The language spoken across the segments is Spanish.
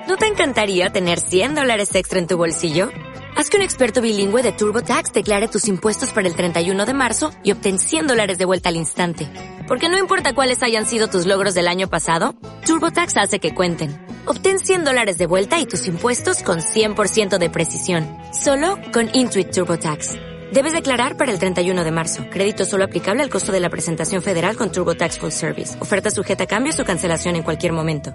¿No te encantaría tener $100 extra en tu bolsillo? Haz que un experto bilingüe de TurboTax declare tus impuestos para el 31 de marzo y obtén $100 de vuelta al instante. Porque no importa cuáles hayan sido tus logros del año pasado, TurboTax hace que cuenten. Obtén $100 de vuelta y tus impuestos con 100% de precisión. Solo con Intuit TurboTax. Debes declarar para el 31 de marzo. Crédito solo aplicable al costo de la presentación federal con TurboTax Full Service. Oferta sujeta a cambios o cancelación en cualquier momento.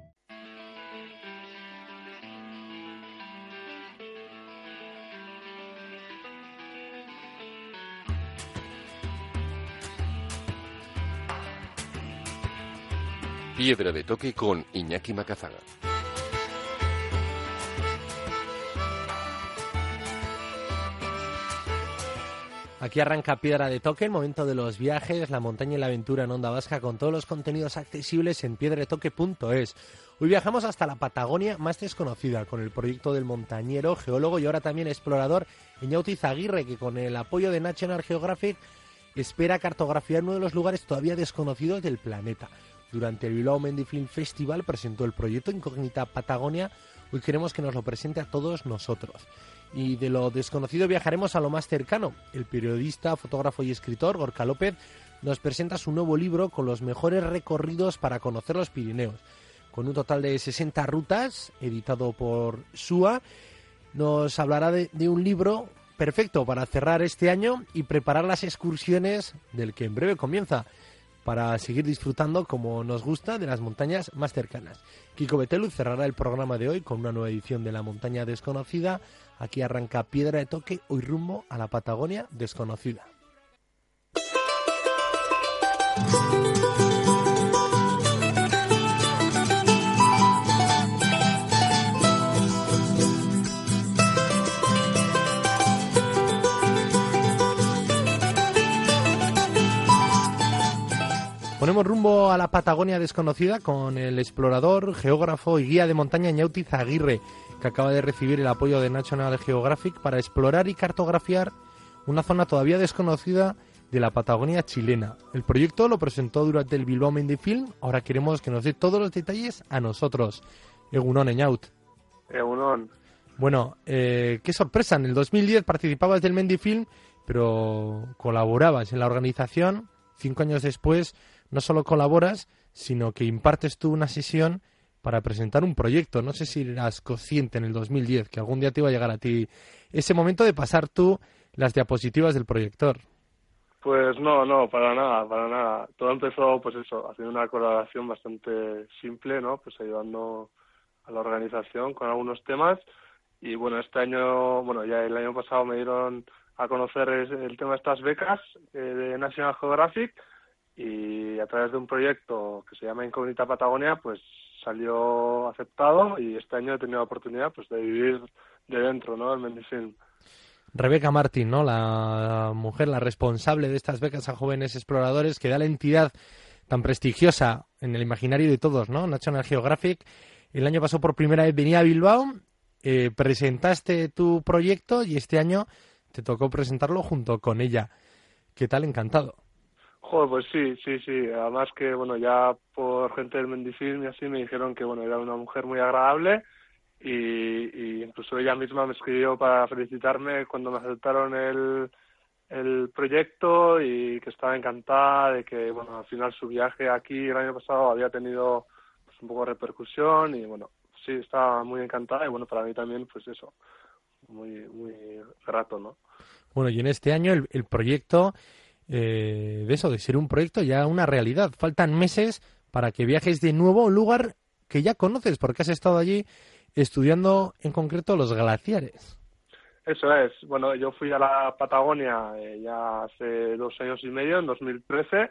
Piedra de Toque con Iñaki Macazaga. Aquí arranca Piedra de Toque, el momento de los viajes, la montaña y la aventura en Onda Vasca, con todos los contenidos accesibles en piedradetoque.es. Hoy viajamos hasta la Patagonia más desconocida, con el proyecto del montañero, geólogo y ahora también explorador Eñauti Izaguirre, que con el apoyo de National Geographic espera cartografiar uno de los lugares todavía desconocidos del planeta. Durante el Bilbao Mendi Film Festival presentó el proyecto Incógnita Patagonia. Hoy queremos que nos lo presente a todos nosotros. Y de lo desconocido viajaremos a lo más cercano. El periodista, fotógrafo y escritor Gorka López nos presenta su nuevo libro con los mejores recorridos para conocer los Pirineos. Con un total de 60 rutas, editado por SUA, nos hablará de un libro perfecto para cerrar este año y preparar las excursiones del que en breve comienza, para seguir disfrutando, como nos gusta, de las montañas más cercanas. Kiko Beteluz cerrará el programa de hoy con una nueva edición de La Montaña Desconocida. Aquí arranca Piedra de Toque, hoy rumbo a la Patagonia desconocida. Ponemos rumbo a la Patagonia desconocida con el explorador, geógrafo y guía de montaña Eñauti Izaguirre, que acaba de recibir el apoyo de National Geographic para explorar y cartografiar una zona todavía desconocida de la Patagonia chilena. El proyecto lo presentó durante el Bilbao Mendi Film. Ahora queremos que nos dé todos los detalles a nosotros. Egunon, Eñaut. Egunon. Bueno, qué sorpresa. En el 2010 participabas del Mendi Film, pero colaborabas en la organización. 5 años después, no solo colaboras, sino que impartes tú una sesión para presentar un proyecto. No sé si eras consciente en el 2010 que algún día te iba a llegar a ti ese momento de pasar tú las diapositivas del proyector. Pues no, para nada. Todo empezó, pues eso, haciendo una colaboración bastante simple, ¿no? Pues ayudando a la organización con algunos temas. Y bueno, este año, ya el año pasado me dieron a conocer el tema de estas becas de National Geographic, y a través de un proyecto que se llama Incógnita Patagonia, pues salió aceptado, y este año he tenido la oportunidad pues de vivir de dentro, ¿no? El Mendi Film. Rebeca Martín, ¿no? La mujer, la responsable de estas becas a jóvenes exploradores, que da la entidad tan prestigiosa en el imaginario de todos, ¿no? National Geographic. El año pasado por primera vez venía a Bilbao, presentaste tu proyecto y este año te tocó presentarlo junto con ella. ¿Qué tal? Encantado. Joder, pues sí. Además que, ya por gente del Mendi Film y así me dijeron que, era una mujer muy agradable, y incluso ella misma me escribió para felicitarme cuando me aceptaron el proyecto, y que estaba encantada de que, al final su viaje aquí el año pasado había tenido pues un poco de repercusión, y sí, estaba muy encantada, y para mí también, pues eso, muy grato, ¿no? Bueno, y en este año el proyecto, de ser un proyecto ya una realidad. Faltan meses para que viajes de nuevo a un lugar que ya conoces, porque has estado allí estudiando en concreto los glaciares. Eso es. Yo fui a la Patagonia ya hace 2 años y medio, en 2013,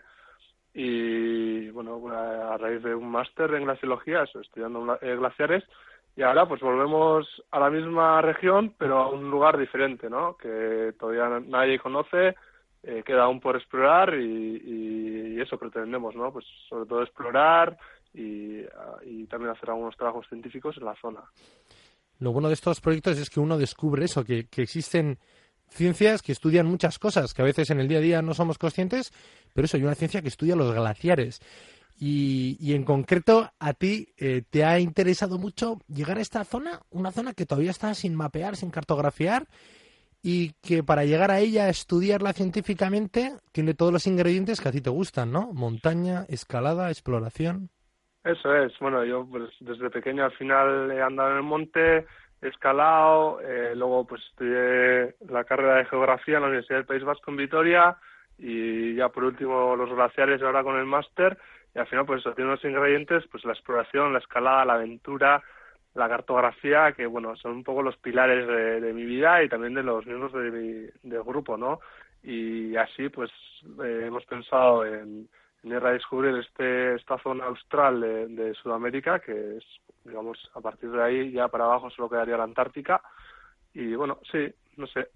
y a raíz de un máster en glaciología, estudiando glaciares, y ahora pues volvemos a la misma región, pero a un lugar diferente, ¿no? Que todavía nadie conoce, queda aún por explorar, y eso pretendemos, ¿no? Pues sobre todo explorar y también hacer algunos trabajos científicos en la zona. Lo bueno de estos proyectos es que uno descubre eso, que existen ciencias que estudian muchas cosas, que a veces en el día a día no somos conscientes, pero eso, hay una ciencia que estudia los glaciares. Y en concreto, ¿a ti te ha interesado mucho llegar a esta zona? Una zona que todavía está sin mapear, sin cartografiar, y que para llegar a ella, estudiarla científicamente, tiene todos los ingredientes que a ti te gustan, ¿no? Montaña, escalada, exploración. Eso es. Bueno, yo pues desde pequeño al final he andado en el monte, he escalado, luego pues estudié la carrera de Geografía en la Universidad del País Vasco en Vitoria y ya por último los glaciares y ahora con el máster. Y al final pues eso tiene unos ingredientes, pues la exploración, la escalada, la aventura, la cartografía, que bueno, son un poco los pilares de mi vida y también de los miembros del grupo, ¿no? Y así pues hemos pensado en ir a descubrir esta zona austral de Sudamérica, que es, digamos, a partir de ahí ya para abajo solo quedaría la Antártica. Y bueno, sí, no sé.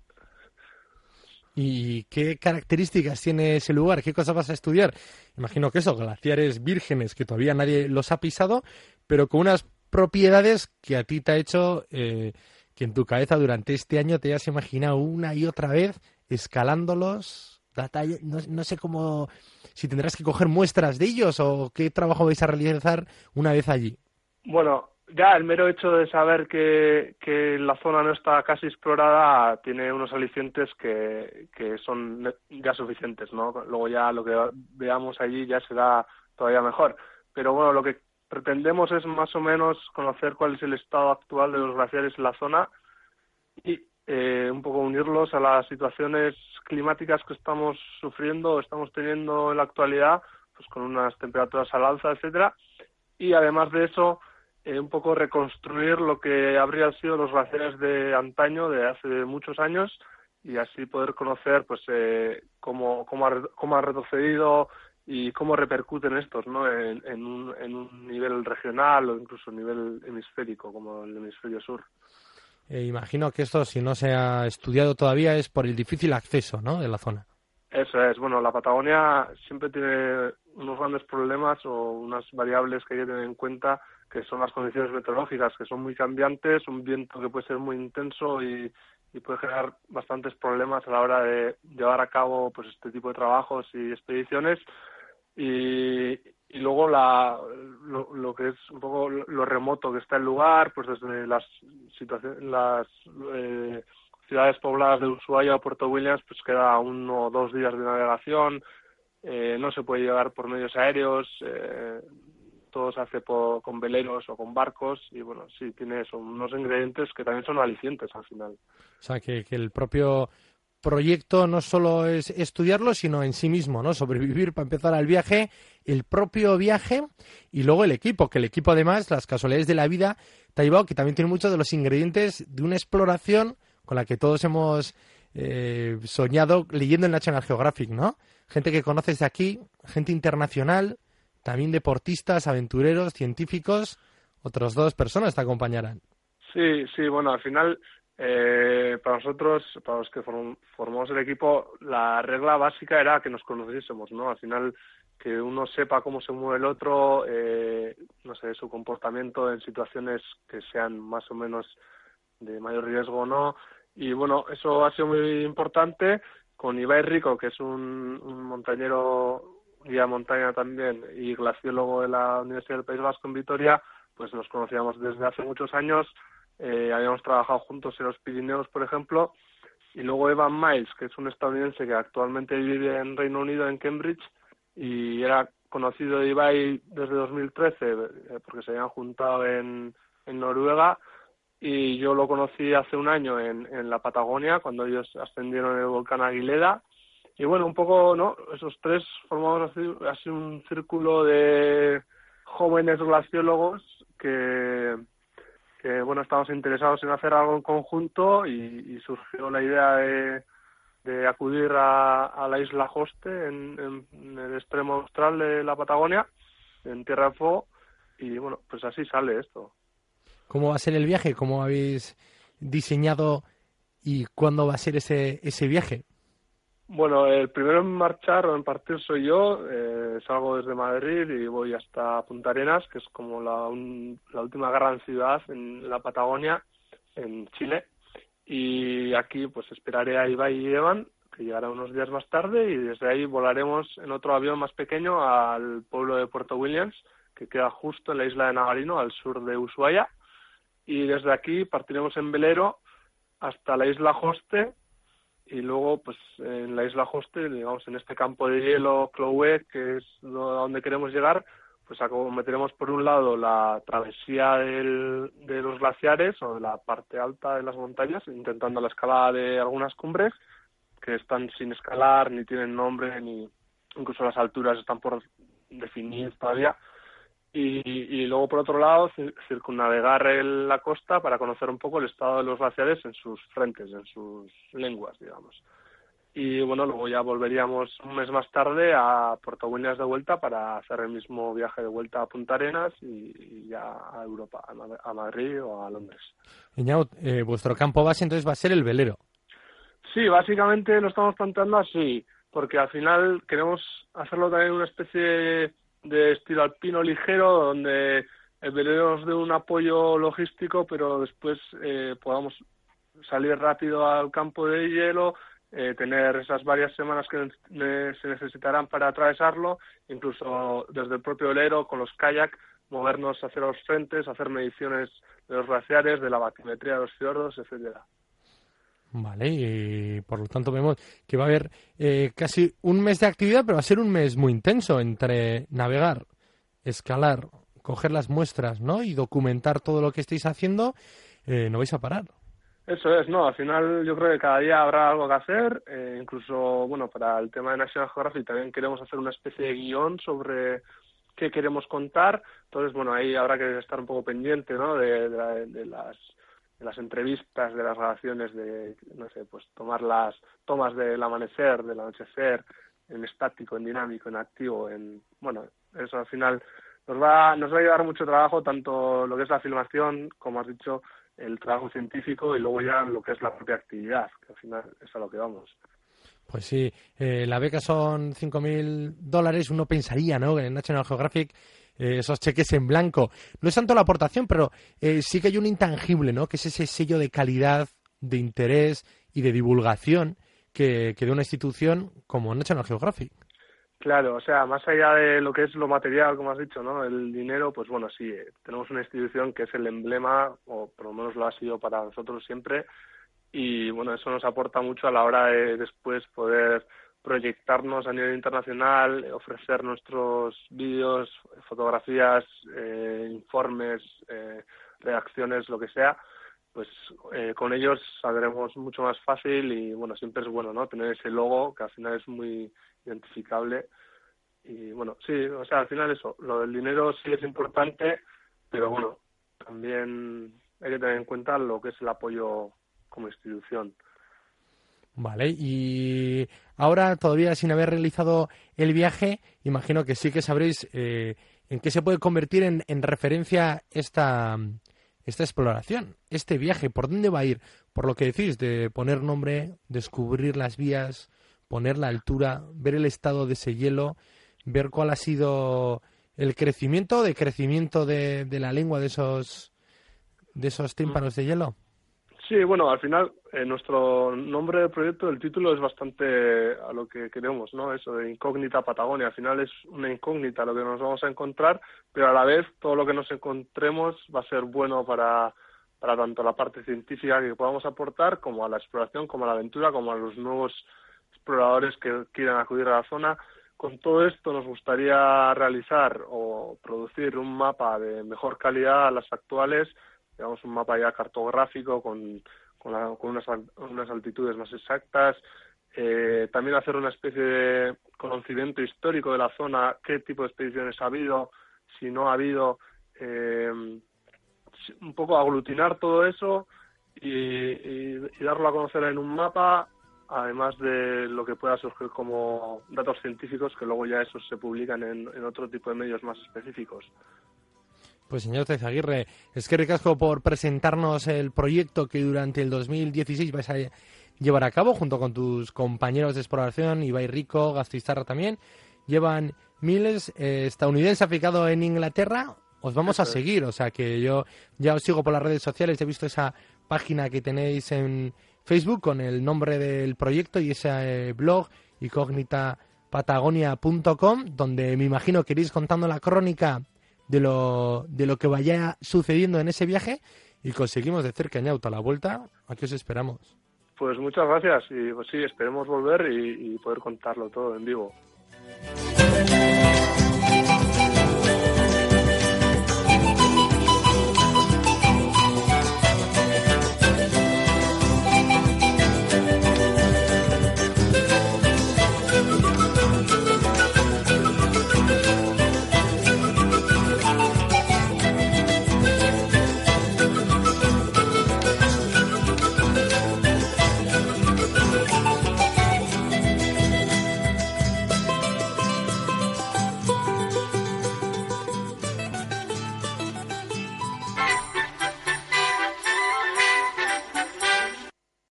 ¿Y qué características tiene ese lugar? ¿Qué cosas vas a estudiar? Imagino que eso, glaciares vírgenes que todavía nadie los ha pisado, pero con unas propiedades que a ti te ha hecho que en tu cabeza durante este año te hayas imaginado una y otra vez escalándolos. No sé cómo, si tendrás que coger muestras de ellos o qué trabajo vais a realizar una vez allí. Bueno, ya el mero hecho de saber que la zona no está casi explorada tiene unos alicientes que son ya suficientes, ¿no? Luego ya lo que veamos allí ya será todavía mejor. Pero bueno, lo que pretendemos es más o menos conocer cuál es el estado actual de los glaciares en la zona y un poco unirlos a las situaciones climáticas que estamos sufriendo o estamos teniendo en la actualidad, pues con unas temperaturas al alza, etcétera. Y además de eso, un poco reconstruir lo que habrían sido los glaciares de antaño, de hace muchos años, y así poder conocer pues cómo ha retrocedido y cómo repercuten estos, ¿no? en un nivel regional o incluso a nivel hemisférico, como el hemisferio sur. Imagino que esto, si no se ha estudiado todavía, es por el difícil acceso, ¿no?, de la zona. Eso es. Bueno, la Patagonia siempre tiene unos grandes problemas o unas variables que hay que tener en cuenta, que son las condiciones meteorológicas, que son muy cambiantes, un viento que puede ser muy intenso y puede generar bastantes problemas a la hora de llevar a cabo pues este tipo de trabajos y expediciones. Y luego lo que es un poco lo remoto que está el lugar, pues desde las ciudades pobladas de Ushuaia o Puerto Williams, pues queda 1 o 2 días de navegación, no se puede llegar por medios aéreos, todo se hace con veleros o con barcos y bueno, sí, tiene eso, unos ingredientes que también son alicientes al final. O sea, que el propio proyecto no solo es estudiarlo, sino en sí mismo, ¿no? Sobrevivir para empezar al viaje, el propio viaje y luego el equipo, que el equipo además, las casualidades de la vida, te ha llevado que también tiene muchos de los ingredientes de una exploración con la que todos hemos soñado leyendo en National Geographic, ¿no? Gente que conoces de aquí, gente internacional, también deportistas, aventureros, científicos, otros 2 personas te acompañarán. Sí, bueno, al final para nosotros, para los que formamos el equipo, la regla básica era que nos conociésemos, ¿no? Al final, que uno sepa cómo se mueve el otro, no sé, su comportamiento en situaciones que sean más o menos de mayor riesgo o no. Y bueno, eso ha sido muy importante con Ibai Rico, que es un montañero, guía de montaña también y glaciólogo de la Universidad del País Vasco en Vitoria, pues nos conocíamos desde hace muchos años. Habíamos trabajado juntos en los Pirineos, por ejemplo, y luego Evan Miles, que es un estadounidense que actualmente vive en Reino Unido, en Cambridge, y era conocido de Ibai desde 2013, porque se habían juntado en Noruega, y yo lo conocí hace un año en la Patagonia, cuando ellos ascendieron el volcán Aguilera, y bueno, un poco, ¿no? Esos 3 formamos así un círculo de jóvenes glaciólogos que bueno, estamos interesados en hacer algo en conjunto y surgió la idea de acudir a la isla Hoste en el extremo austral de la Patagonia, en Tierra del Fuego, y bueno, pues así sale esto. ¿Cómo va a ser el viaje? ¿Cómo habéis diseñado y cuándo va a ser ese viaje? Bueno, el primero en marchar o en partir soy yo. Salgo desde Madrid y voy hasta Punta Arenas, que es como la última gran ciudad en la Patagonia, en Chile. Y aquí pues esperaré a Ibai y Evan, que llegará unos días más tarde, y desde ahí volaremos en otro avión más pequeño al pueblo de Puerto Williams, que queda justo en la isla de Navarino, al sur de Ushuaia, y desde aquí partiremos en velero hasta la isla Hoste, y luego pues en la isla Hoste, digamos en este campo de hielo Clouet, que es a donde queremos llegar, pues acometeremos por un lado la travesía de los glaciares o de la parte alta de las montañas, intentando la escalada de algunas cumbres que están sin escalar, ni tienen nombre, ni incluso las alturas están por definir todavía. Y luego, por otro lado, circunnavegar la costa para conocer un poco el estado de los glaciares en sus frentes, en sus lenguas, digamos. Y bueno, luego ya volveríamos un mes más tarde a Puerto Williams de vuelta para hacer el mismo viaje de vuelta a Punta Arenas y ya a Europa, a Madrid o a Londres. Eñaut, vuestro campo base entonces va a ser el velero. Sí, básicamente lo estamos planteando así, porque al final queremos hacerlo también una especie de estilo alpino ligero, donde el velero nos dé un apoyo logístico, pero después podamos salir rápido al campo de hielo, tener esas varias semanas que se necesitarán para atravesarlo, incluso desde el propio velero con los kayak, movernos hacia los frentes, hacer mediciones de los glaciares, de la batimetría de los fiordos, etcétera. Vale, y por lo tanto vemos que va a haber casi un mes de actividad, pero va a ser un mes muy intenso entre navegar, escalar, coger las muestras, ¿no? Y documentar todo lo que estáis haciendo. No vais a parar. Eso es, ¿no? Al final yo creo que cada día habrá algo que hacer, incluso, bueno, para el tema de National Geographic también queremos hacer una especie de guión sobre qué queremos contar. Entonces, bueno, ahí habrá que estar un poco pendiente, ¿no? De las entrevistas, de las grabaciones, de, no sé, pues tomar las tomas del amanecer, del anochecer, en estático, en dinámico, en activo, bueno, eso al final nos va a llevar mucho trabajo, tanto lo que es la filmación, como has dicho, el trabajo científico, y luego ya lo que es la propia actividad, que al final es a lo que vamos. Pues sí, la beca son $5.000, uno pensaría, ¿no?, que en National Geographic esos cheques en blanco. No es tanto la aportación, pero sí que hay un intangible, ¿no?, que es ese sello de calidad, de interés y de divulgación que de una institución como National Geographic. Claro, o sea, más allá de lo que es lo material, como has dicho, ¿no?, el dinero, pues bueno, sí, tenemos una institución que es el emblema, o por lo menos lo ha sido para nosotros siempre, y bueno, eso nos aporta mucho a la hora de después poder proyectarnos a nivel internacional, ofrecer nuestros vídeos, fotografías, informes, reacciones, lo que sea, pues con ellos saldremos mucho más fácil, y bueno, siempre es bueno, ¿no?, tener ese logo que al final es muy identificable. Y bueno, sí, o sea, al final eso, lo del dinero sí es importante, pero bueno, también hay que tener en cuenta lo que es el apoyo como institución. Vale, y ahora todavía sin haber realizado el viaje, imagino que sí que sabréis en qué se puede convertir en referencia esta exploración, este viaje, por dónde va a ir, por lo que decís, de poner nombre, descubrir las vías, poner la altura, ver el estado de ese hielo, ver cuál ha sido el crecimiento de la lengua de esos tímpanos de hielo. Sí, bueno, al final nuestro nombre del proyecto, el título es bastante a lo que queremos, ¿no? Eso de incógnita Patagonia. Al final es una incógnita lo que nos vamos a encontrar, pero a la vez todo lo que nos encontremos va a ser bueno para tanto la parte científica que podamos aportar, como a la exploración, como a la aventura, como a los nuevos exploradores que quieran acudir a la zona. Con todo esto nos gustaría realizar o producir un mapa de mejor calidad a las actuales, digamos un mapa ya cartográfico con unas altitudes más exactas, también hacer una especie de conocimiento histórico de la zona, qué tipo de expediciones ha habido, si no ha habido, un poco aglutinar todo eso y darlo a conocer en un mapa, además de lo que pueda surgir como datos científicos, que luego ya esos se publican en otro tipo de medios más específicos. Pues señor Tezaguirre, es que ricasco por presentarnos el proyecto que durante el 2016 vais a llevar a cabo junto con tus compañeros de exploración, Ibai Rico, Gasteiztarra también. Llevan miles, estadounidense aficado en Inglaterra. Os vamos a seguir, o sea que yo ya os sigo por las redes sociales, he visto esa página que tenéis en Facebook con el nombre del proyecto y ese blog incógnitapatagonia.com, donde me imagino que iréis contando la crónica de lo que vaya sucediendo en ese viaje, y conseguimos de cerca Ñauta a la vuelta. Aquí os esperamos. Pues muchas gracias y pues sí, esperemos volver y poder contarlo todo en vivo.